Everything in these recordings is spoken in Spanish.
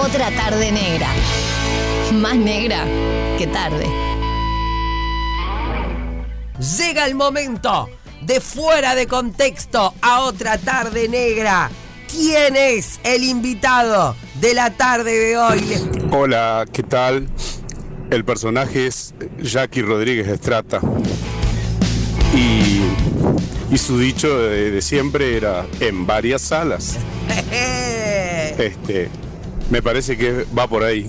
Otra tarde negra. Más negra que tarde. Llega el momento de Fuera de Contexto a Otra Tarde Negra. ¿Quién es el invitado de la tarde de hoy? Hola, ¿qué tal? El personaje es Jackie Rodríguez Estrata. Y su dicho de siempre era en varias salas. Me parece que va por ahí.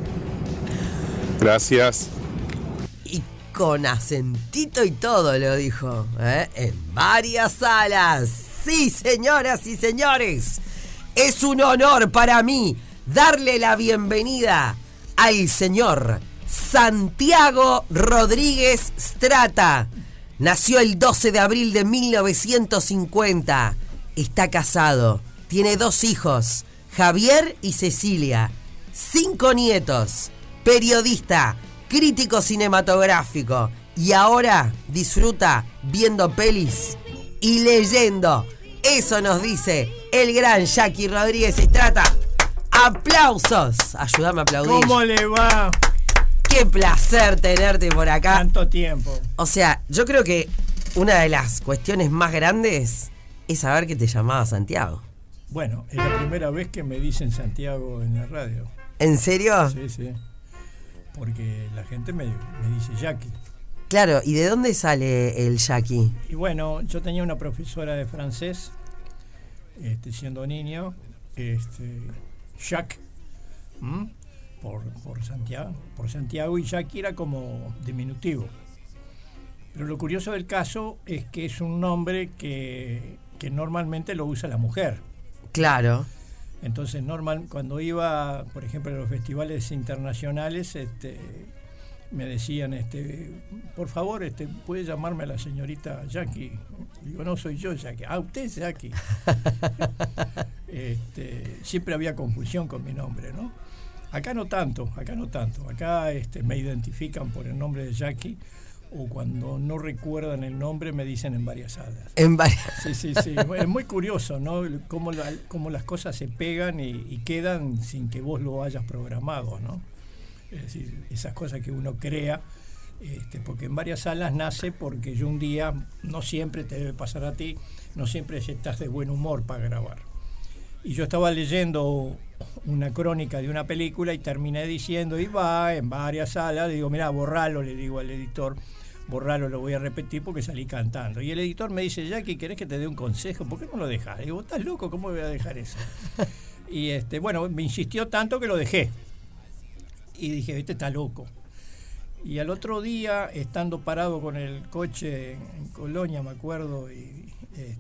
Gracias. Y con acentito y todo lo dijo, en varias salas. Sí, señoras y señores, es un honor para mí darle la bienvenida al señor Santiago Rodríguez Strata. Nació el 12 de abril de 1950. Está casado. Tiene 2 hijos, Javier y Cecilia. 5 nietos. Periodista, crítico cinematográfico. Y ahora disfruta viendo pelis y leyendo. Eso nos dice el gran Jackie Rodríguez Strata. ¡Aplausos! Ayúdame a aplaudir. ¿Cómo le va? ¡Qué placer tenerte por acá! Tanto tiempo. O sea, yo creo que una de las cuestiones más grandes es saber que te llamaba Santiago. Bueno, es la primera vez que me dicen Santiago en la radio. ¿En serio? Sí, sí. Porque la gente me dice Jackie. Claro, ¿y de dónde sale el Jackie? Y bueno, yo tenía una profesora de francés, siendo niño, Jacques, por Santiago, y Jackie era como diminutivo. Pero lo curioso del caso es que es un nombre que normalmente lo usa la mujer. Claro. Entonces, cuando iba, por ejemplo, a los festivales internacionales, me decían, por favor, ¿puede llamarme a la señorita Jackie? Digo, no soy yo Jackie. Ah, usted es Jackie. Siempre había confusión con mi nombre, ¿no? Acá no tanto. Acá me identifican por el nombre de Jackie, o cuando no recuerdan el nombre me dicen en varias salas. En varias. Sí. Es muy curioso, ¿no? Cómo las cosas se pegan y quedan sin que vos lo hayas programado, ¿no? Es decir, esas cosas que uno crea, porque en varias salas nace porque yo un día, no siempre te debe pasar a ti, no siempre estás de buen humor para grabar. Y yo estaba leyendo una crónica de una película y terminé diciendo, y va en varias salas, le digo, mirá, borralo, le digo al editor, borralo, lo voy a repetir porque salí cantando. Y el editor me dice, Jackie, ¿querés que te dé un consejo? ¿Por qué no lo dejás? Le digo, ¿estás loco? ¿Cómo voy a dejar eso? Y bueno, me insistió tanto que lo dejé. Y dije, este está loco. Y al otro día, estando parado con el coche en Colonia, me acuerdo, y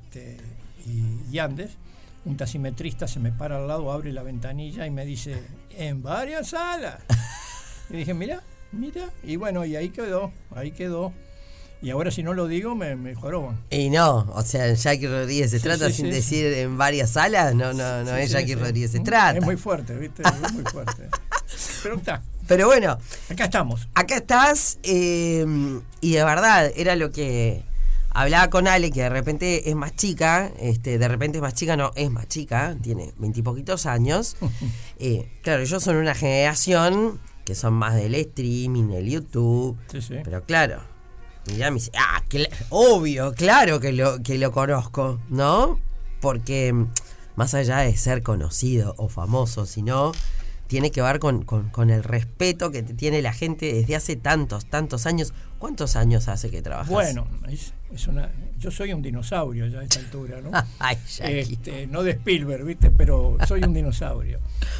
Andes, un taximetrista se me para al lado, abre la ventanilla y me dice, en varias salas. Y dije, mira. Y bueno, y ahí quedó. Y ahora si no lo digo, me joroban. Y no, o sea, Jackie Rodríguez Strata sin decir en varias salas, no es Jackie Rodríguez Strata. Es muy fuerte, ¿viste? Es muy fuerte. Pero está. Pero bueno. Acá estamos. Acá estás, y de verdad, era lo que hablaba con Ale, que de repente es más chica, no, es más chica, tiene 20 y poquitos años. Claro, ellos son una generación que son más del streaming, del YouTube. Sí. Pero claro, mirá, me dice, obvio, claro que lo conozco, ¿no? Porque más allá de ser conocido o famoso, sino tiene que ver con el respeto que te tiene la gente desde hace tantos años. ¿Cuántos años hace que trabajas? Bueno, yo soy un dinosaurio ya a esta altura, ¿no? Ay, no de Spielberg, ¿viste? Pero soy un dinosaurio.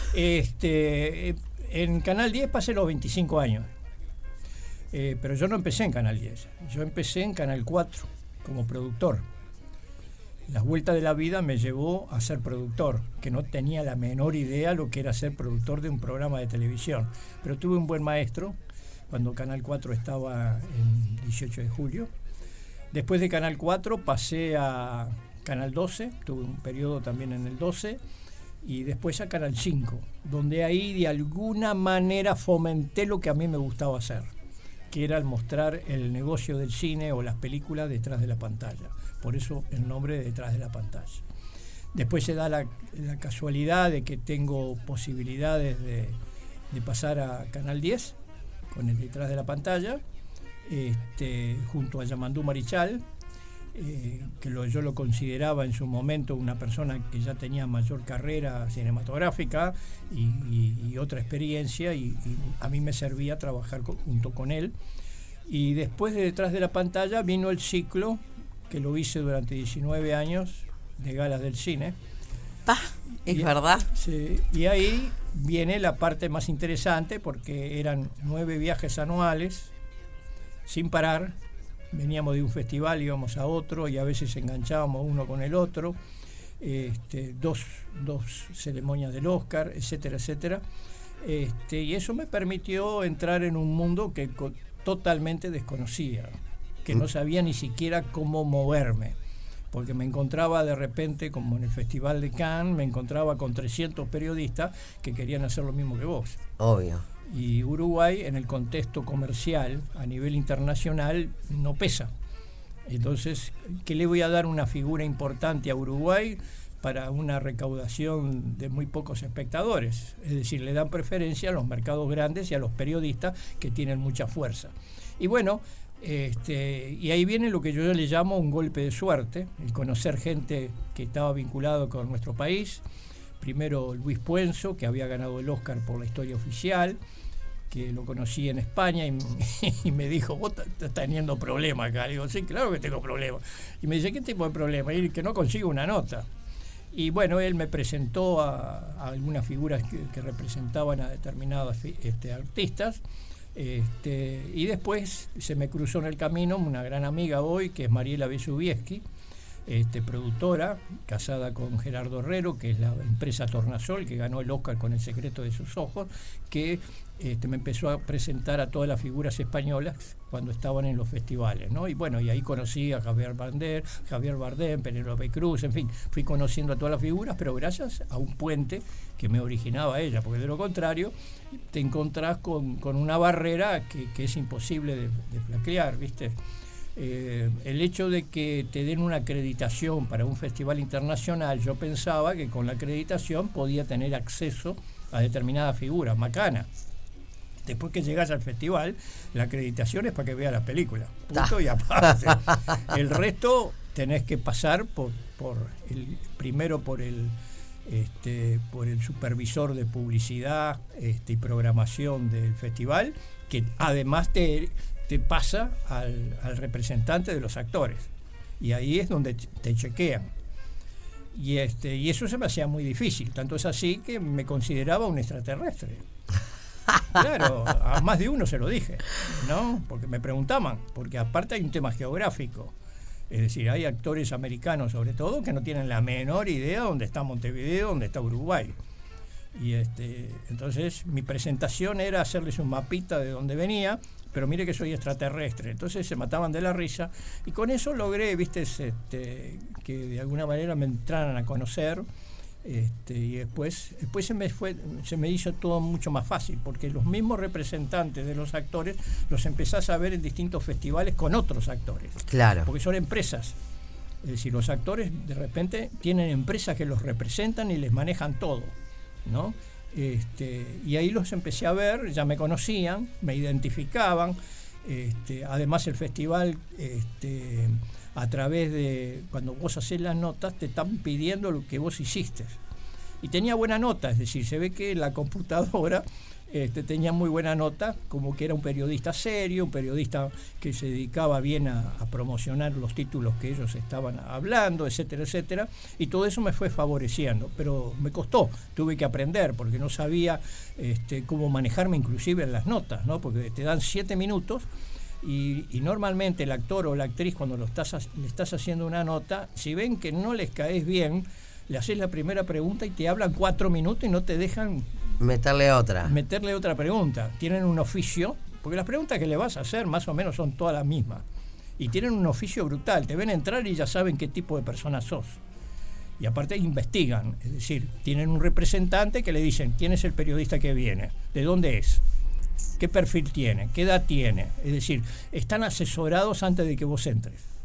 En Canal 10 pasé los 25 años. Pero yo no empecé en Canal 10. Yo empecé en Canal 4 como productor. Las vueltas de la vida me llevó a ser productor, que no tenía la menor idea lo que era ser productor de un programa de televisión. Pero tuve un buen maestro cuando Canal 4 estaba en 18 de julio. Después de Canal 4 pasé a Canal 12, tuve un periodo también en el 12, y después a Canal 5, donde ahí de alguna manera fomenté lo que a mí me gustaba hacer, que era el mostrar el negocio del cine o las películas detrás de la pantalla. Por eso el nombre de Detrás de la Pantalla. Después se da la casualidad de que tengo posibilidades de pasar a Canal 10 con el detrás de la pantalla, junto a Yamandú Marichal, que yo lo consideraba en su momento una persona que ya tenía mayor carrera cinematográfica y otra experiencia, y a mí me servía trabajar junto con él. Y después de Detrás de la Pantalla vino el ciclo, que lo hice durante 19 años, de Galas del Cine. ¿Es verdad? Sí, y ahí viene la parte más interesante, porque eran 9 viajes anuales, sin parar. Veníamos de un festival, íbamos a otro, y a veces enganchábamos uno con el otro. Dos ceremonias del Oscar, etcétera, etcétera. Y eso me permitió entrar en un mundo que totalmente desconocía, que no sabía ni siquiera cómo moverme, porque me encontraba de repente, como en el Festival de Cannes, me encontraba con 300 periodistas que querían hacer lo mismo que vos. Obvio. Y Uruguay, en el contexto comercial, a nivel internacional, no pesa. Entonces, ¿qué le voy a dar una figura importante a Uruguay para una recaudación de muy pocos espectadores? Es decir, le dan preferencia a los mercados grandes y a los periodistas que tienen mucha fuerza. Y bueno, y ahí viene lo que yo le llamo un golpe de suerte, el conocer gente que estaba vinculado con nuestro país. Primero Luis Puenzo, que había ganado el Oscar por La Historia Oficial, que lo conocí en España, y me dijo: vos estás teniendo problemas acá. Le digo: sí, claro que tengo problemas. Y me dice: ¿qué tipo de problema? Y que no consigo una nota. Y bueno, él me presentó a algunas figuras que representaban a determinados artistas. Y después se me cruzó en el camino una gran amiga hoy, que es Mariela Vesubieski, productora, casada con Gerardo Herrero, que es la empresa Tornasol, que ganó el Oscar con El secreto de sus ojos, que me empezó a presentar a todas las figuras españolas cuando estaban en los festivales, ¿no? Y bueno, y ahí conocí a Javier Bardem, Penélope Cruz, en fin, fui conociendo a todas las figuras, pero gracias a un puente que me originaba ella, porque de lo contrario te encontrás con una barrera que es imposible de flaquear, ¿viste? El hecho de que te den una acreditación para un festival internacional, yo pensaba que con la acreditación podía tener acceso a determinadas figuras, macana. Después que llegas al festival, la acreditación es para que veas la película, punto y aparte. El resto tenés que pasar primero por el supervisor de publicidad y programación del festival, que además te pasa al representante de los actores, y ahí es donde te chequean, y eso se me hacía muy difícil, tanto es así que me consideraba un extraterrestre. Claro, a más de uno se lo dije, ¿no? Porque me preguntaban, porque aparte hay un tema geográfico, es decir, hay actores americanos sobre todo que no tienen la menor idea dónde está Montevideo, dónde está Uruguay. Y entonces mi presentación era hacerles un mapita de dónde venía, pero mire que soy extraterrestre. Entonces se mataban de la risa, y con eso logré, viste, que de alguna manera me entraran a conocer, y después se me hizo todo mucho más fácil, porque los mismos representantes de los actores los empezás a ver en distintos festivales con otros actores. Claro. Porque son empresas. Es decir, los actores de repente tienen empresas que los representan y les manejan todo, ¿no? Y ahí los empecé a ver, ya me conocían, me identificaban. Además el festival, a través de, cuando vos hacés las notas, te están pidiendo lo que vos hiciste. Y tenía buena nota, es decir, se ve que la computadora tenía muy buena nota, como que era un periodista serio, un periodista que se dedicaba bien a promocionar los títulos que ellos estaban hablando, etcétera, etcétera, y todo eso me fue favoreciendo, pero me costó, tuve que aprender, porque no sabía cómo manejarme inclusive en las notas, ¿no? Porque te dan 7 minutos, y normalmente el actor o la actriz, cuando le estás haciendo una nota, si ven que no les caes bien, le haces la primera pregunta y te hablan 4 minutos y no te dejan meterle otra pregunta. Tienen un oficio, porque las preguntas que le vas a hacer más o menos son todas las mismas, y tienen un oficio brutal, te ven entrar y ya saben qué tipo de persona sos, y aparte investigan, es decir, tienen un representante que le dicen quién es el periodista que viene, de dónde es, qué perfil tiene, qué edad tiene, es decir, están asesorados antes de que vos entres.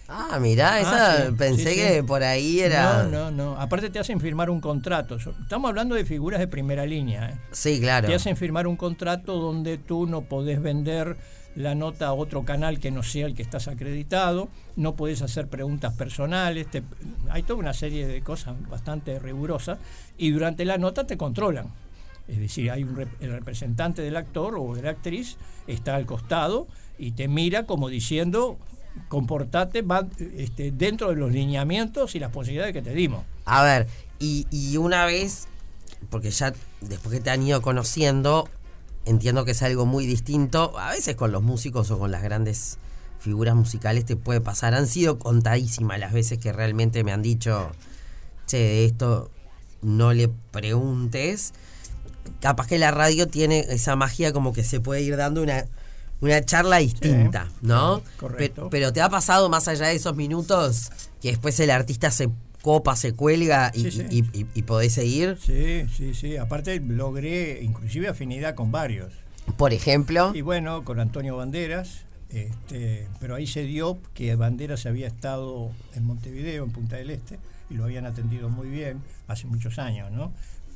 Ah, mirá, esa sí, pensé sí, que sí. por ahí era... No. Aparte te hacen firmar un contrato. Estamos hablando de figuras de primera línea, ¿eh? Sí, claro. Te hacen firmar un contrato donde tú no podés vender la nota a otro canal que no sea el que estás acreditado, no podés hacer preguntas personales, hay toda una serie de cosas bastante rigurosas y durante la nota te controlan. Es decir, hay el representante del actor o de la actriz está al costado y te mira como diciendo, comportate dentro de los lineamientos y las posibilidades que te dimos. A ver, y una vez, porque ya después que te han ido conociendo, entiendo que es algo muy distinto. A veces con los músicos o con las grandes figuras musicales te puede pasar. Han sido contadísimas las veces que realmente me han dicho, che, de esto no le preguntes. Capaz que la radio tiene esa magia como que se puede ir dando una charla distinta, ¿no? Correcto. Pero te ha pasado más allá de esos minutos que después el artista se copa, se cuelga y podés seguir. Sí. Aparte logré inclusive afinidad con varios. Por ejemplo. Y bueno, con Antonio Banderas, pero ahí se dio que Banderas había estado en Montevideo, en Punta del Este, y lo habían atendido muy bien hace muchos años, ¿no?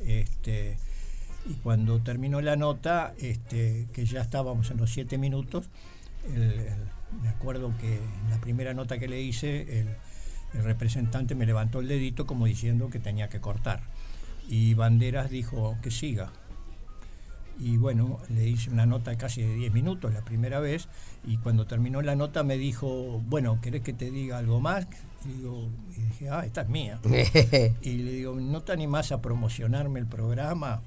Y cuando terminó la nota, que ya estábamos en los 7 minutos, me acuerdo que la primera nota que le hice, el representante me levantó el dedito como diciendo que tenía que cortar. Y Banderas dijo que siga. Y bueno, le hice una nota casi de 10 minutos la primera vez, y cuando terminó la nota me dijo, bueno, ¿querés que te diga algo más? Y dije, esta es mía. Y le digo, ¿no te animás a promocionarme el programa?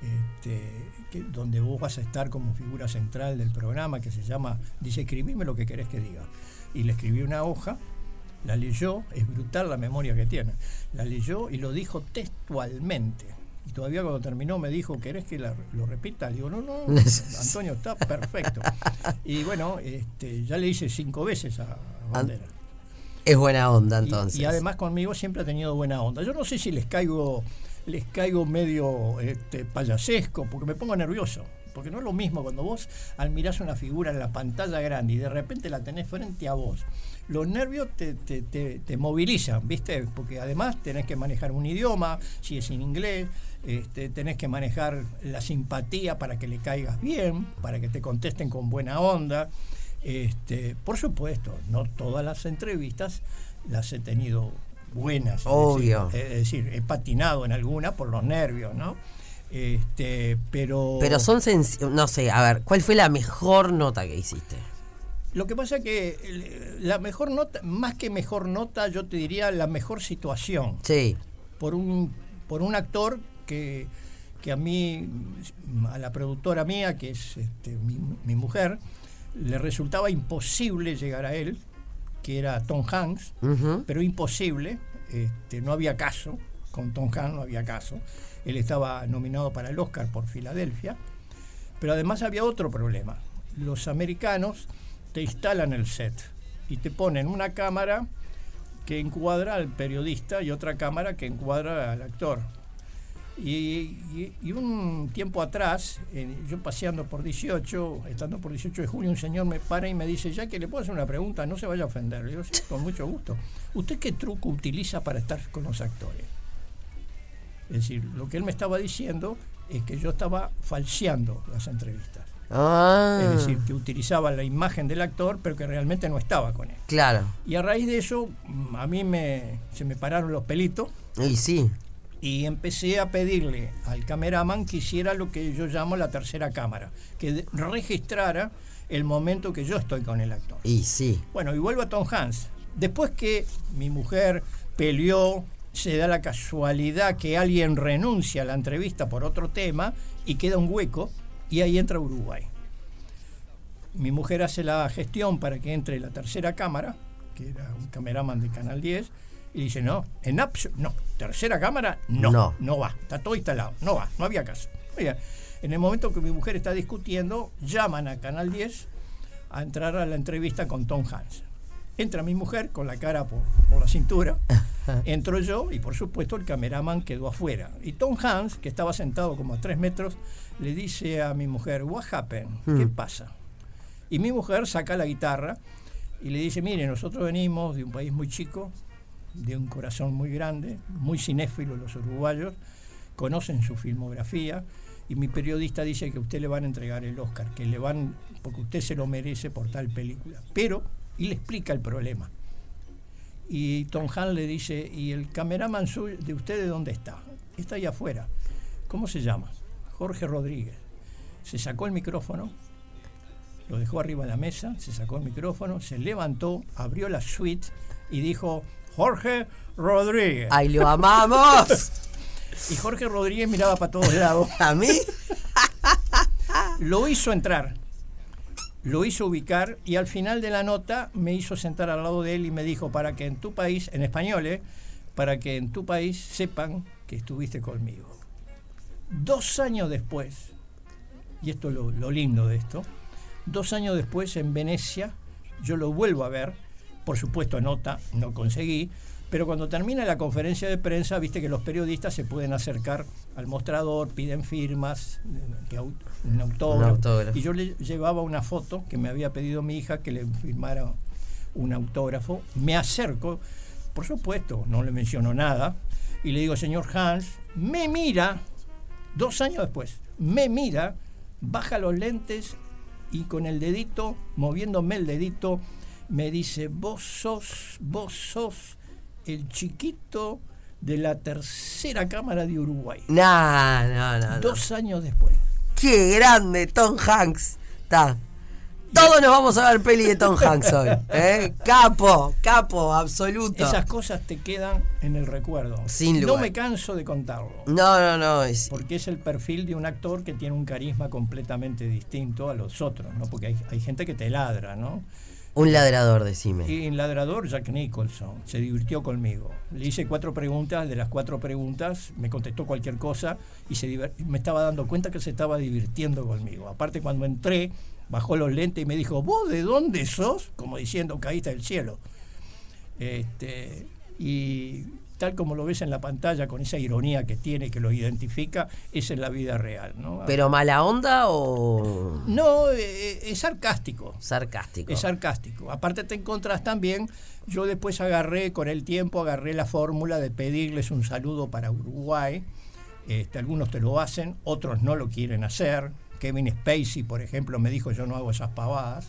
Donde vos vas a estar como figura central del programa, que se llama, dice, escribime lo que querés que diga. Y le escribí una hoja, la leyó, es brutal la memoria que tiene, la leyó y lo dijo textualmente. Y todavía cuando terminó me dijo, ¿querés que lo repita? Le digo, no, Antonio, está perfecto. Y bueno, ya le hice 5 veces a Banderas. Es buena onda, entonces. Y además conmigo siempre ha tenido buena onda. Yo no sé si les caigo medio payasesco, porque me pongo nervioso. Porque no es lo mismo cuando vos mirás una figura en la pantalla grande y de repente la tenés frente a vos. Los nervios te movilizan, ¿viste? Porque además tenés que manejar un idioma, si es en inglés, tenés que manejar la simpatía para que le caigas bien, para que te contesten con buena onda. Por supuesto, no todas las entrevistas las he tenido buenas. Obvio. Es decir, he patinado en alguna por los nervios, ¿no? Pero son no sé, a ver, ¿cuál fue la mejor nota que hiciste? Lo que pasa es que la mejor nota, más que mejor nota, yo te diría la mejor situación. Sí. Por un actor que a mí, a la productora mía, que es mi mujer, le resultaba imposible llegar a él, que era Tom Hanks, pero imposible, no había caso, con Tom Hanks no había caso. Él estaba nominado para el Oscar por Filadelfia, pero además había otro problema. Los americanos te instalan el set y te ponen una cámara que encuadra al periodista y otra cámara que encuadra al actor. Y un tiempo atrás, yo paseando por 18, estando por 18 de junio, un señor me para y me dice, ya que le puedo hacer una pregunta, no se vaya a ofender. Le digo, sí, con mucho gusto. ¿Usted qué truco utiliza para estar con los actores? Es decir, lo que él me estaba diciendo es que yo estaba falseando las entrevistas. Es decir, que utilizaba la imagen del actor, pero que realmente no estaba con él. Claro. Y a raíz de eso, a mí se me pararon los pelitos. Y sí. Y empecé a pedirle al cameraman que hiciera lo que yo llamo la tercera cámara, que registrara el momento que yo estoy con el actor. Y sí. Bueno, y vuelvo a Tom Hanks. Después que mi mujer peleó, se da la casualidad que alguien renuncia a la entrevista por otro tema y queda un hueco, y ahí entra Uruguay. Mi mujer hace la gestión para que entre la tercera cámara, que era un cameraman de Canal 10, y dice, no, tercera cámara, no va, está todo instalado, no va, no había caso. Oiga, en el momento que mi mujer está discutiendo, llaman a Canal 10 a entrar a la entrevista con Tom Hanks. Entra mi mujer con la cara por la cintura, entro yo y por supuesto el cameraman quedó afuera. Y Tom Hanks, que estaba sentado como a 3 metros, le dice a mi mujer, what happened? ¿Qué pasa? Y mi mujer saca la guitarra y le dice, mire, nosotros venimos de un país muy chico, de un corazón muy grande, muy cinéfilo los uruguayos, conocen su filmografía, y mi periodista dice que a usted le van a entregar el Oscar, que le van, porque usted se lo merece por tal película. Pero, y le explica el problema. Y Tom Hanks le dice, ¿y el cameraman de usted de dónde está? Está ahí afuera. ¿Cómo se llama? Jorge Rodríguez. Se sacó el micrófono, lo dejó arriba de la mesa, se sacó el micrófono, se levantó, abrió la suite y dijo, Jorge Rodríguez. ¡Ay, lo amamos! Y Jorge Rodríguez miraba para todos lados. ¿A mí? Lo hizo entrar, lo hizo ubicar y al final de la nota me hizo sentar al lado de él y me dijo, para que en tu país, en español, para que en tu país sepan que estuviste conmigo. 2 años después, y esto es lo lindo de esto, 2 años después en Venecia, yo lo vuelvo a ver, por supuesto nota, no conseguí, pero cuando termina la conferencia de prensa, viste que los periodistas se pueden acercar al mostrador, piden firmas, un autógrafo. Y yo le llevaba una foto que me había pedido mi hija que le firmara un autógrafo. Me acerco, por supuesto, no le menciono nada, y le digo, señor Hanks, me mira, 2 años después, me mira, baja los lentes y con el dedito, moviéndome el dedito, me dice, vos sos el chiquito de la tercera cámara de Uruguay. No. 2 años después. ¡Qué grande, Tom Hanks! Está. Todos nos vamos a ver peli de Tom Hanks hoy. Capo, absoluto. Esas cosas te quedan en el recuerdo. Sin lugar. No me canso de contarlo. No. Porque es el perfil de un actor que tiene un carisma completamente distinto a los otros, ¿no? Porque hay gente que te ladra, ¿no? Un ladrador, decime. Y el ladrador, Jack Nicholson, se divirtió conmigo. Le hice 4 preguntas, de las 4 preguntas me contestó cualquier cosa y me estaba dando cuenta que se estaba divirtiendo conmigo. Aparte, cuando entré, bajó los lentes y me dijo, ¿vos de dónde sos? Como diciendo, caíste del cielo. Y tal como lo ves en la pantalla, con esa ironía que tiene, que lo identifica, es en la vida real, ¿no? ¿Pero mala onda o...? No, es sarcástico. Sarcástico. Es sarcástico. Aparte te encontrás también, yo después agarré la fórmula de pedirles un saludo para Uruguay. Algunos te lo hacen, otros no lo quieren hacer. Kevin Spacey, por ejemplo, me dijo, yo no hago esas pavadas.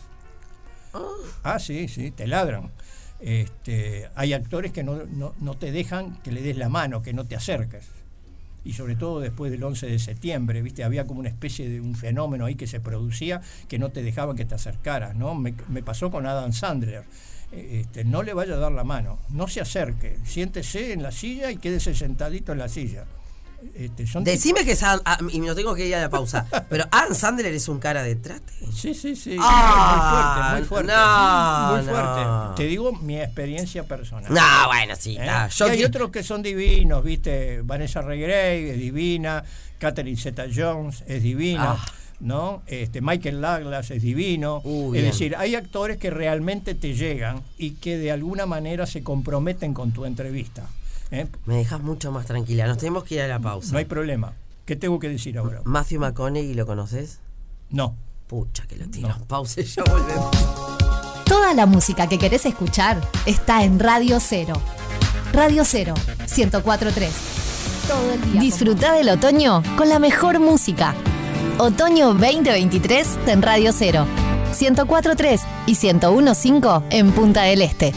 Sí, te ladran. Hay actores que no te dejan que le des la mano, que no te acerques. Y sobre todo después del 11 de septiembre, ¿viste? Había como una especie de un fenómeno ahí que se producía que no te dejaban que te acercaras, ¿no? Me pasó con Adam Sandler. No le vaya a dar la mano, no se acerque, siéntese en la silla y quédese sentadito en la silla. Decime que y me lo tengo que ir a la pausa, pero Adam Sandler es un cara de trate. Sí. Muy fuerte. Muy fuerte. Te digo mi experiencia personal. No, bueno, sí. Y hay otros que son divinos, ¿viste? Vanessa Redgrave es divina, Catherine Zeta-Jones es divina, ¿no? Michael Douglas es divino. Es decir, hay actores que realmente te llegan y que de alguna manera se comprometen con tu entrevista. Me dejas mucho más tranquila. Nos tenemos que ir a la pausa. No hay problema. ¿Qué tengo que decir ahora? Matthew McConaughey, ¿lo conoces? No. Pucha, que lo tiro. No. Pausa y ya volvemos. Toda la música que querés escuchar está en Radio 0. Radio 0, 104.3. Todo el día. Disfruta del otoño con la mejor música. Otoño 2023 en Radio 0, 104.3 y 101.5 en Punta del Este.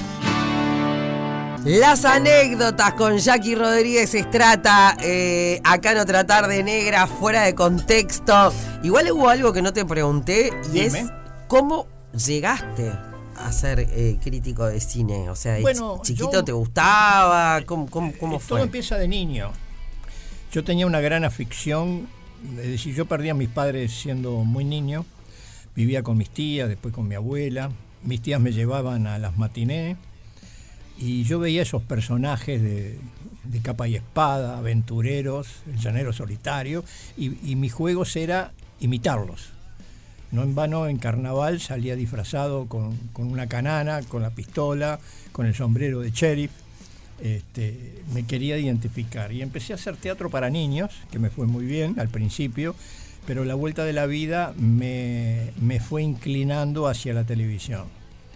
Las anécdotas con Jackie Rodríguez Estrata, acá en Otra Tarde Negra, fuera de contexto. Igual hubo algo que no te pregunté y Dime. Es cómo llegaste a ser crítico de cine. O sea, bueno, chiquito te gustaba, ¿cómo fue? Todo empieza de niño. Yo tenía una gran afición, es decir, yo perdí a mis padres siendo muy niño, vivía con mis tías, después con mi abuela, mis tías me llevaban a las matinés. Y yo veía esos personajes de capa y espada, aventureros, el llanero solitario, y mis juegos era imitarlos. No en vano en carnaval salía disfrazado con una canana, con la pistola, con el sombrero de sheriff. Me quería identificar y empecé a hacer teatro para niños, que me fue muy bien al principio, pero la vuelta de la vida me fue inclinando hacia la televisión.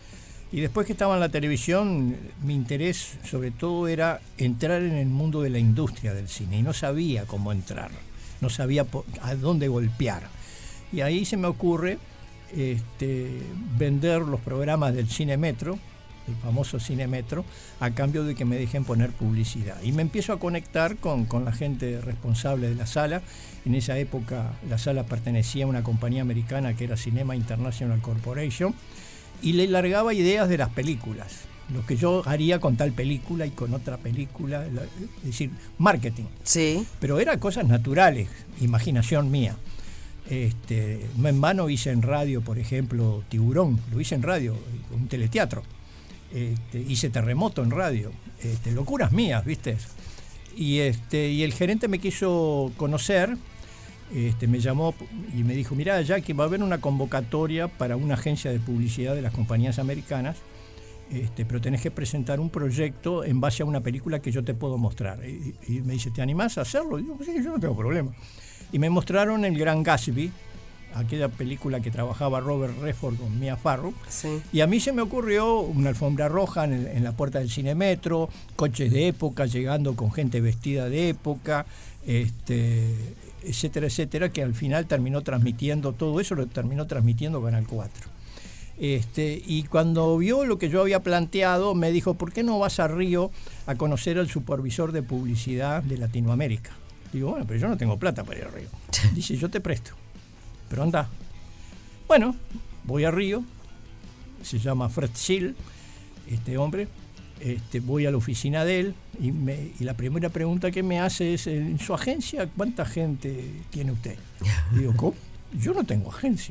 Y después que estaba en la televisión, mi interés sobre todo era entrar en el mundo de la industria del cine, y no sabía cómo entrar, no sabía a dónde golpear. Y ahí se me ocurre vender los programas del Cine Metro, el famoso Cine Metro, a cambio de que me dejen poner publicidad. Y me empiezo a conectar con la gente responsable de la sala. En esa época la sala pertenecía a una compañía americana que era Cinema International Corporation, y le largaba ideas de las películas, lo que yo haría con tal película y con otra película, es decir, marketing. Sí. Pero eran cosas naturales, imaginación mía. No en vano hice en radio, por ejemplo, Tiburón, lo hice en radio, un teleteatro. Hice Terremoto en radio, locuras mías, ¿viste? Y el gerente me quiso conocer, me llamó y me dijo: mirá, Jackie, va a haber una convocatoria para una agencia de publicidad de las compañías americanas, pero tenés que presentar un proyecto en base a una película que yo te puedo mostrar. Y me dice: ¿te animás a hacerlo? Y digo: sí, yo no tengo problema. Y me mostraron El Gran Gatsby, aquella película que trabajaba Robert Redford con Mia Farrow. Sí. Y a mí se me ocurrió una alfombra roja en la puerta del Cine Metro, coches de época llegando con gente vestida de época, etcétera, etcétera, que al final terminó transmitiendo todo eso, lo terminó transmitiendo Canal 4. Y cuando vio lo que yo había planteado, me dijo: ¿por qué no vas a Río a conocer al supervisor de publicidad de Latinoamérica? Digo: bueno, pero yo no tengo plata para ir a Río. Dice: yo te presto, pero anda. Bueno, voy a Río, se llama Fred Seal, este hombre, voy a la oficina de él y la primera pregunta que me hace es: ¿en su agencia cuánta gente tiene usted? Digo: ¿cómo? Yo no tengo agencia.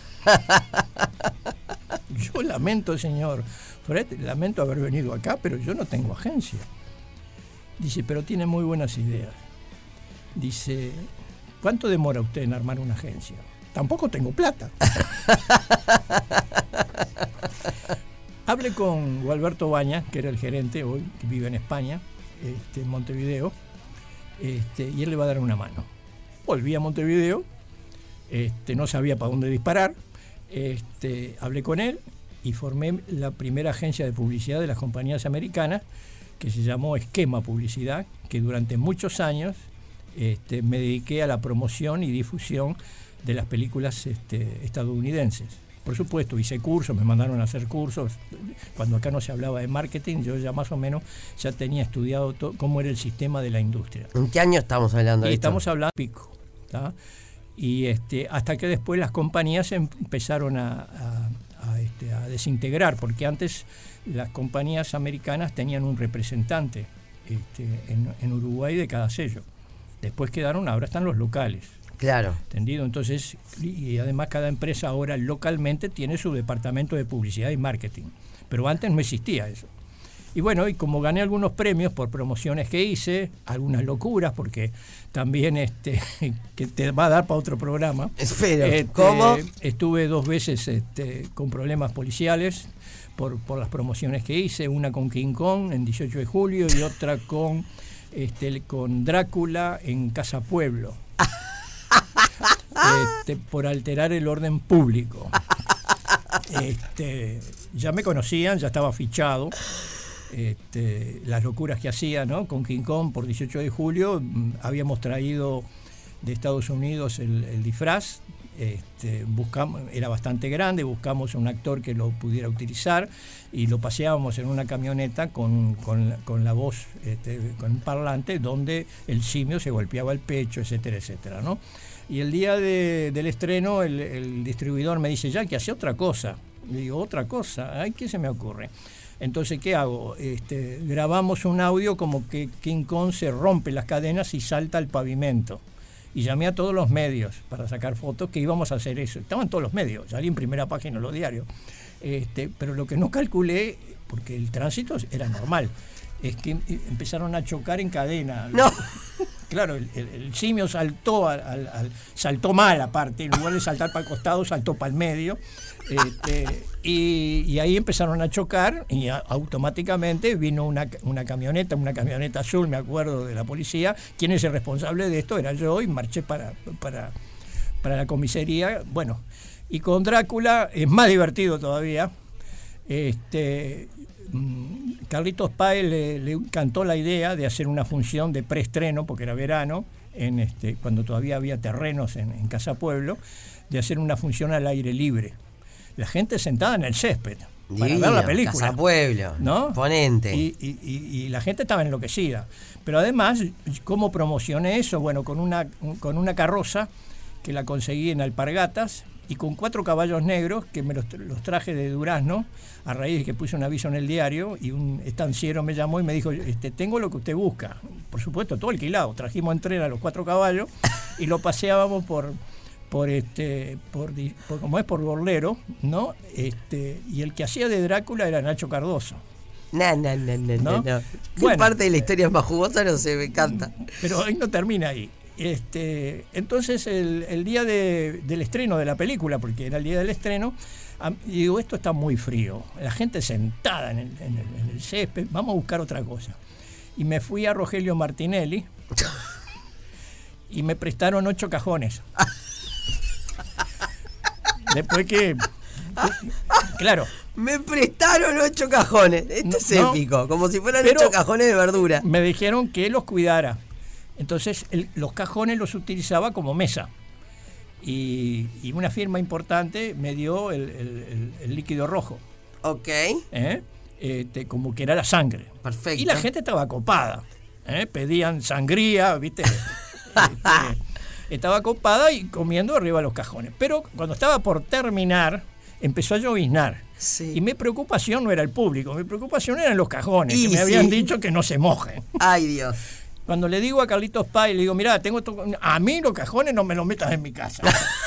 Yo lamento, señor Fred, lamento haber venido acá, pero yo no tengo agencia. Dice: pero tiene muy buenas ideas. Dice: ¿cuánto demora usted en armar una agencia? Tampoco tengo plata. Hablé con Gualberto Baña, que era el gerente hoy, que vive en España, en Montevideo, y él le va a dar una mano. Volví a Montevideo, no sabía para dónde disparar, hablé con él y formé la primera agencia de publicidad de las compañías americanas, que se llamó Esquema Publicidad, que durante muchos años me dediqué a la promoción y difusión de las películas estadounidenses. Por supuesto, hice cursos, me mandaron a hacer cursos. Cuando acá no se hablaba de marketing, yo ya más o menos ya tenía estudiado cómo era el sistema de la industria. ¿En qué año estamos hablando de esto? Estamos hablando de pico, ¿tá? Y hasta que después las compañías empezaron a desintegrar, porque antes las compañías americanas tenían un representante en Uruguay de cada sello. Después quedaron, ahora están los locales. Claro. ¿Entendido? Entonces, y además cada empresa ahora localmente tiene su departamento de publicidad y marketing. Pero antes no existía eso. Y bueno, y como gané algunos premios por promociones que hice, algunas locuras, porque también que te va a dar para otro programa. Espera, ¿cómo? Estuve 2 veces con problemas policiales por las promociones que hice, una con King Kong en 18 de julio y otra con Drácula en Casa Pueblo. Por alterar el orden público. Ya me conocían, ya estaba fichado. Las locuras que hacía, ¿no? Con King Kong por 18 de julio habíamos traído de Estados Unidos el disfraz. Buscamos, era bastante grande, buscamos un actor que lo pudiera utilizar y lo paseábamos en una camioneta con la voz, con un parlante donde el simio se golpeaba el pecho, etcétera, etcétera, ¿no? Y el día del estreno el distribuidor me dice: ya que hace otra cosa. Le digo: otra cosa, ay, ¿qué se me ocurre? Entonces, ¿qué hago? Grabamos un audio como que King Kong se rompe las cadenas y salta al pavimento. Y llamé a todos los medios para sacar fotos, que íbamos a hacer eso. Estaban todos los medios, salí en primera página de los diarios. Pero lo que no calculé, porque el tránsito era normal, es que empezaron a chocar en cadena. No. Claro, el simio saltó saltó mal aparte, en lugar de saltar para el costado, saltó para el medio. Y ahí empezaron a chocar y automáticamente vino una camioneta azul, me acuerdo, de la policía. ¿Quién es el responsable de esto? Era yo, y marché para la comisaría. Bueno, y con Drácula es más divertido todavía. Carlitos Páez le encantó la idea de hacer una función de preestreno, porque era verano, cuando todavía había terrenos en Casa Pueblo, de hacer una función al aire libre. La gente sentada en el césped para ver la película. Casa Pueblo, ¿no? Ponente. Y la gente estaba enloquecida. Pero además, ¿cómo promocioné eso? Bueno, con una carroza que la conseguí en Alpargatas y con 4 caballos negros que me los traje de Durazno a raíz de que puse un aviso en el diario y un estanciero me llamó y me dijo, tengo lo que usted busca. Por supuesto, todo alquilado. Trajimos en tren a los 4 caballos y lo paseábamos por Borlero, ¿no? Y el que hacía de Drácula era Nacho Cardoso. No. ¿Qué bueno, parte de la historia es más jugosa? No sé, me encanta. Pero hoy no termina ahí. Entonces el día del estreno de la película, porque era el día del estreno, digo, esto está muy frío, la gente sentada en el césped, vamos a buscar otra cosa. Y me fui a Rogelio Martinelli y me prestaron 8 cajones. Después que... Claro. Me prestaron 8 cajones. Esto es épico, como si fueran 8 cajones de verdura. Me dijeron que los cuidara. Entonces los cajones los utilizaba como mesa. Y una firma importante me dio el líquido rojo. Ok. Como que era la sangre. Perfecto. Y la gente estaba copada. Pedían sangría, ¿viste? Estaba copada y comiendo arriba de los cajones. Pero cuando estaba por terminar, empezó a lloviznar. Sí. Y mi preocupación no era el público, mi preocupación eran los cajones, que me habían dicho que no se mojen. Ay, Dios. Cuando le digo a Carlitos Páez, le digo, mirá, a mí los cajones no me los metas en mi casa.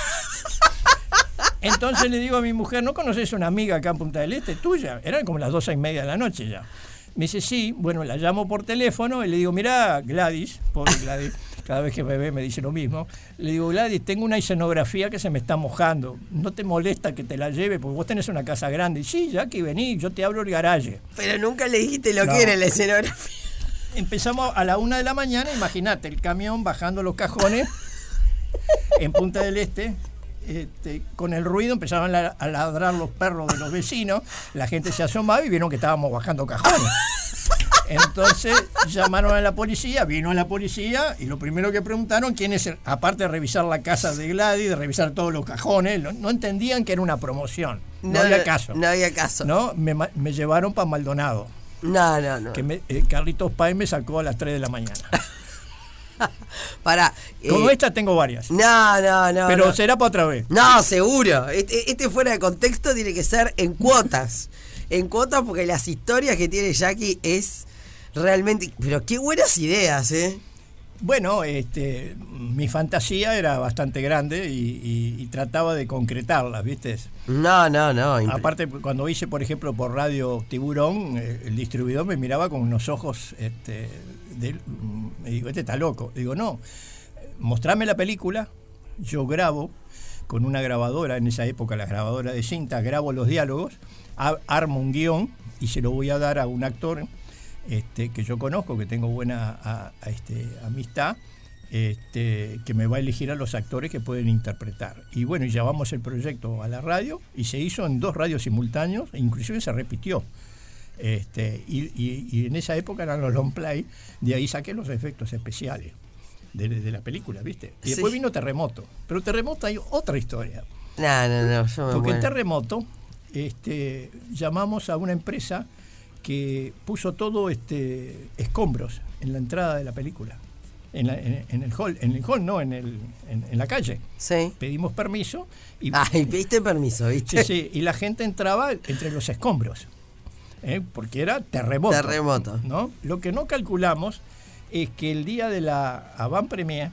Entonces le digo a mi mujer, ¿no conoces una amiga acá en Punta del Este tuya? Eran como las 2:30 de la noche ya. Me dice, sí. Bueno, la llamo por teléfono y le digo, mirá, Gladys, pobre Gladys, cada vez que me ve me dice lo mismo. Le digo, Gladys, tengo una escenografía que se me está mojando. ¿No te molesta que te la lleve? Porque vos tenés una casa grande. Sí, ya que vení, yo te abro el garaje. Pero nunca le dijiste lo que era la escenografía. Empezamos a la 1 de la mañana, imagínate, el camión bajando los cajones en Punta del Este. Con el ruido empezaban a ladrar los perros de los vecinos, la gente se asomaba y vieron que estábamos bajando cajones. Entonces llamaron a la policía, vino la policía y lo primero que preguntaron quién es, aparte de revisar la casa de Gladys, de revisar todos los cajones, no entendían que era una promoción, no había caso. No había caso. ¿No? Me llevaron para Maldonado. No. Que Carlitos Páez me sacó a las 3 de la mañana. Para, como esta tengo varias. No. Pero será para otra vez. No, seguro. Este fuera de contexto tiene que ser en cuotas. En cuotas porque las historias que tiene Jackie es realmente... Pero qué buenas ideas, ¿eh? Bueno, mi fantasía era bastante grande y trataba de concretarlas, ¿viste? No. Aparte, cuando hice, por ejemplo, por Radio Tiburón, el distribuidor me miraba con unos ojos, me digo, está loco. Digo, no, mostrame la película, yo grabo con una grabadora, en esa época la grabadora de cinta, grabo los diálogos, armo un guión y se lo voy a dar a un actor que yo conozco, que tengo buena amistad, que me va a elegir a los actores que pueden interpretar. Y bueno, y llevamos el proyecto a la radio y se hizo en 2 radios simultáneos, e inclusive se repitió. Y en esa época eran los long play, de ahí saqué los efectos especiales de la película, ¿viste? Y después vino Terremoto. Pero Terremoto hay otra historia. No, yo me Porque en Terremoto llamamos a una empresa que puso todo escombros en la entrada de la película, en el hall, no, en la calle. Sí. Pedimos permiso y pediste permiso, ¿viste? Sí, y la gente entraba entre los escombros, porque era terremoto, ¿no? Lo que no calculamos es que el día de la avant premiere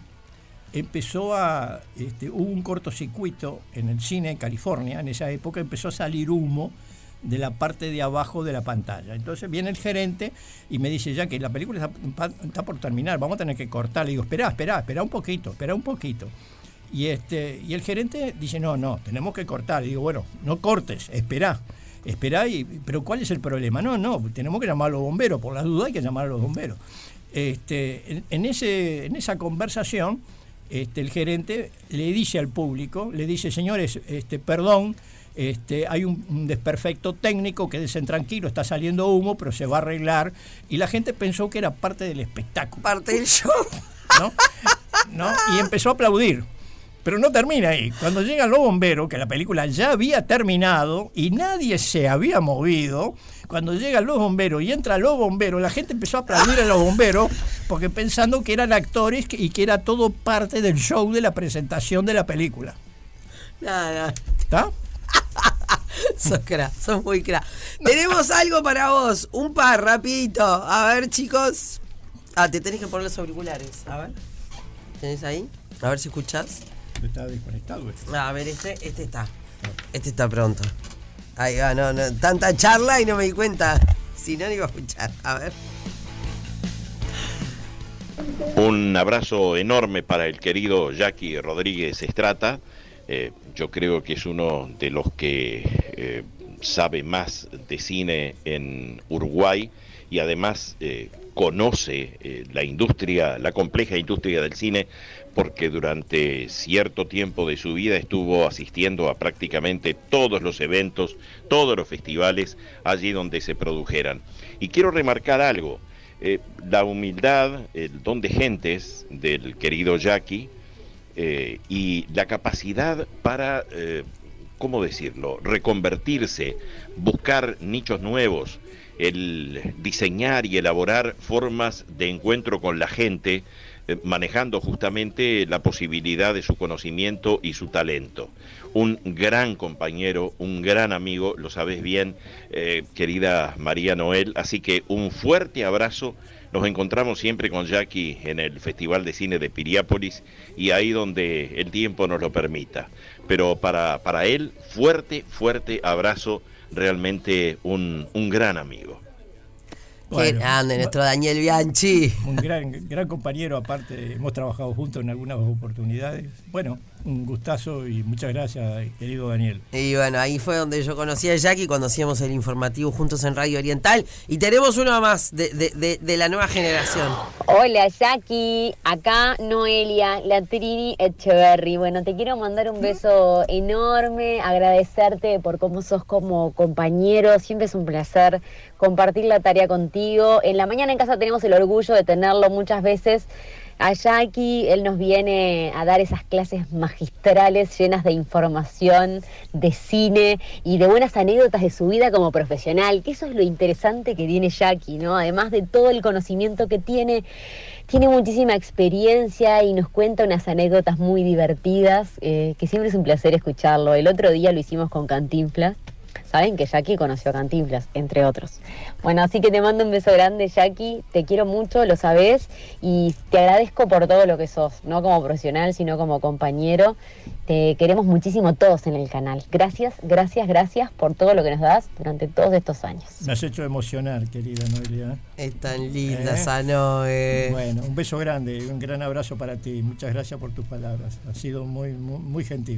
hubo un cortocircuito en el cine en California. En esa época empezó a salir humo de la parte de abajo de la pantalla. Entonces viene el gerente y me dice, ya que la película está por terminar, vamos a tener que cortar. Le digo, espera un poquito. Y el gerente dice, no, tenemos que cortar. Le digo, bueno, no cortes, espera, pero ¿cuál es el problema? No, tenemos que llamar a los bomberos, por las dudas hay que llamar a los bomberos. En esa conversación, el gerente le dice al público, le dice, señores, perdón, hay un desperfecto técnico, quédense tranquilo, está saliendo humo, pero se va a arreglar. Y la gente pensó que era parte del espectáculo. Parte del show. ¿No? Y empezó a aplaudir. Pero no termina ahí. Cuando llegan los bomberos, que la película ya había terminado y nadie se había movido, cuando llegan los bomberos y entran los bomberos, la gente empezó a aplaudir a los bomberos porque pensando que eran actores y que era todo parte del show de la presentación de la película. Nada. ¿Está? Sos muy crack. Tenemos algo para vos. Un par, rapidito. A ver, chicos. Te tenés que poner los auriculares. A ver. ¿Tenés ahí? A ver si escuchás. Está desconectado. A ver, este está. Este está pronto. Ahí va, no, tanta charla y no me di cuenta. Si no, iba a escuchar. A ver. Un abrazo enorme para el querido Jackie Rodríguez Estrata. Yo creo que es uno de los que sabe más de cine en Uruguay y además conoce la industria, la compleja industria del cine, porque durante cierto tiempo de su vida estuvo asistiendo a prácticamente todos los eventos, todos los festivales allí donde se produjeran. Y quiero remarcar algo, la humildad, el don de gentes del querido Jackie y la capacidad para, ¿cómo decirlo?, reconvertirse, buscar nichos nuevos, el diseñar y elaborar formas de encuentro con la gente, manejando justamente la posibilidad de su conocimiento y su talento. Un gran compañero, un gran amigo, lo sabes bien, querida María Noel, así que un fuerte abrazo. Nos encontramos siempre con Jackie en el Festival de Cine de Piriápolis y ahí donde el tiempo nos lo permita. Pero para él, fuerte abrazo, realmente un gran amigo. Qué grande, nuestro Daniel Bianchi. Un gran compañero, aparte, hemos trabajado juntos en algunas oportunidades. Bueno, un gustazo y muchas gracias, querido Daniel. Y bueno, ahí fue donde yo conocí a Jackie, cuando hacíamos el informativo juntos en Radio Oriental. Y tenemos uno más de la nueva generación. Hola Jackie, acá Noelia, la Trini Echeverry. Bueno, te quiero mandar un beso enorme, agradecerte por cómo sos como compañero. Siempre es un placer compartir la tarea contigo. En la mañana en casa tenemos el orgullo de tenerlo muchas veces a Jackie. Él nos viene a dar esas clases magistrales llenas de información, de cine y de buenas anécdotas de su vida como profesional, que eso es lo interesante que tiene Jackie, ¿no? Además de todo el conocimiento que tiene muchísima experiencia y nos cuenta unas anécdotas muy divertidas, que siempre es un placer escucharlo. El otro día lo hicimos con Cantinflas. Saben que Jackie conoció a Cantinflas, entre otros. Bueno, así que te mando un beso grande, Jackie. Te quiero mucho, lo sabés, y te agradezco por todo lo que sos, no como profesional, sino como compañero. Te queremos muchísimo todos en el canal. Gracias por todo lo que nos das durante todos estos años. Me has hecho emocionar, querida Noelia. Es tan linda esa Noe. Bueno, un beso grande y un gran abrazo para ti. Muchas gracias por tus palabras. Ha sido muy gentil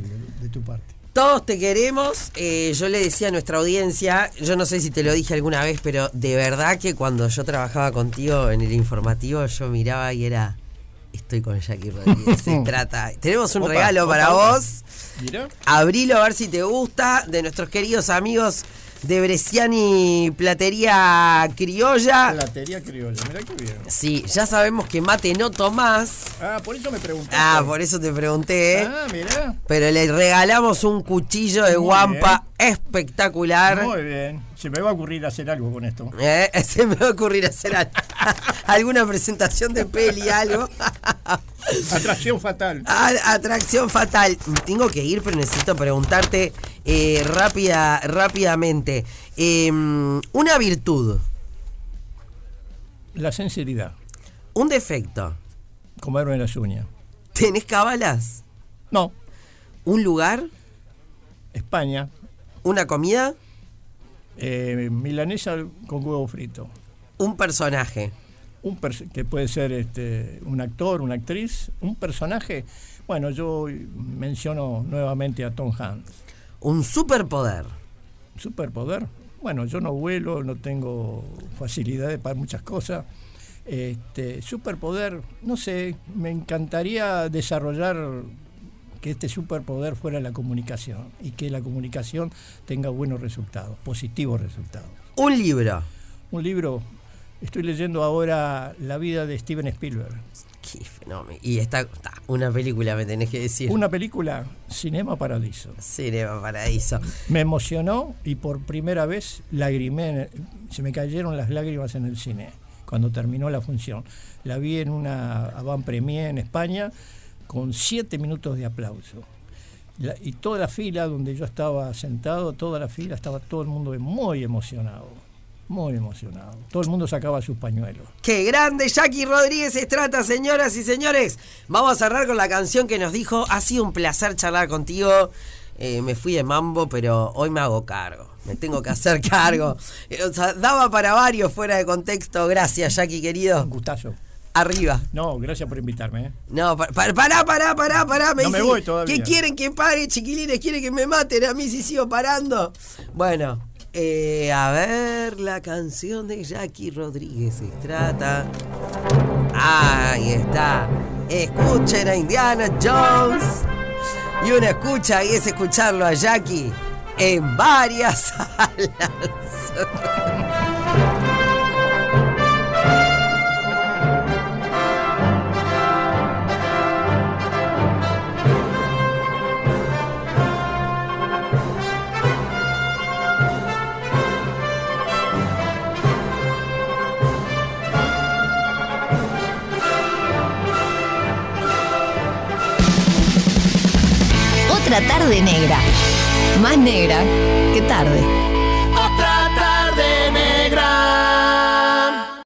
de tu parte. Todos te queremos. Yo le decía a nuestra audiencia, yo no sé si te lo dije alguna vez, pero de verdad que cuando yo trabajaba contigo en el informativo, yo miraba y era, estoy con Jackie Rodríguez. Se trata. Tenemos un regalo para vos. Mira. Abrilo a ver si te gusta, de nuestros queridos amigos de Bresciani Platería Criolla. Platería Criolla, mirá qué bien. Sí, ya sabemos que mate no tomás. Por eso me pregunté. Por eso te pregunté. Mirá. Pero le regalamos un cuchillo de guampa espectacular. Muy bien. Se me va a ocurrir hacer algo con esto. Se me va a ocurrir hacer alguna presentación de peli, algo. Atracción fatal. Atracción fatal. Tengo que ir, pero necesito preguntarte rápidamente. Una virtud. La sinceridad. Un defecto. Comerme las uñas. ¿Tenés cábalas? No. ¿Un lugar? España. ¿Una comida? Milanesa con huevo frito. ¿Un personaje? Que puede ser un actor, una actriz. Un personaje. Bueno, yo menciono nuevamente a Tom Hanks. ¿Un superpoder? ¿Superpoder? Bueno, yo no vuelo, no tengo facilidades para muchas cosas. Superpoder, no sé, me encantaría desarrollar que este superpoder fuera la comunicación y que la comunicación tenga buenos resultados, positivos resultados. Un libro. Un libro, estoy leyendo ahora La vida de Steven Spielberg. Qué fenómeno. Y está una película, me tenés que decir. Una película, Cinema Paradiso. Cinema Paradiso. Me emocionó y por primera vez lagrimé, se me cayeron las lágrimas en el cine cuando terminó la función. La vi en una avant-première en España con 7 minutos de aplauso. Y toda la fila donde yo estaba sentado, toda la fila, estaba todo el mundo muy emocionado. Muy emocionado. Todo el mundo sacaba sus pañuelos. ¡Qué grande Jackie Rodríguez Estrata, señoras y señores! Vamos a cerrar con la canción que nos dijo: ha sido un placer charlar contigo. Me fui de mambo, pero hoy me hago cargo. Me tengo que hacer cargo. O sea, daba para varios fuera de contexto. Gracias, Jackie, querido. Un gustazo. Arriba. No, gracias por invitarme. No, pará. Me no me voy todavía. ¿Qué quieren que pare, chiquilines? ¿Quieren que me maten a mí si sigo parando? Bueno, a ver la canción de Jackie Rodríguez Estrata. Ahí está. Escuchen a Indiana Jones. Y uno escucha y es escucharlo a Jackie en varias salas. Otra tarde negra. Más negra que tarde.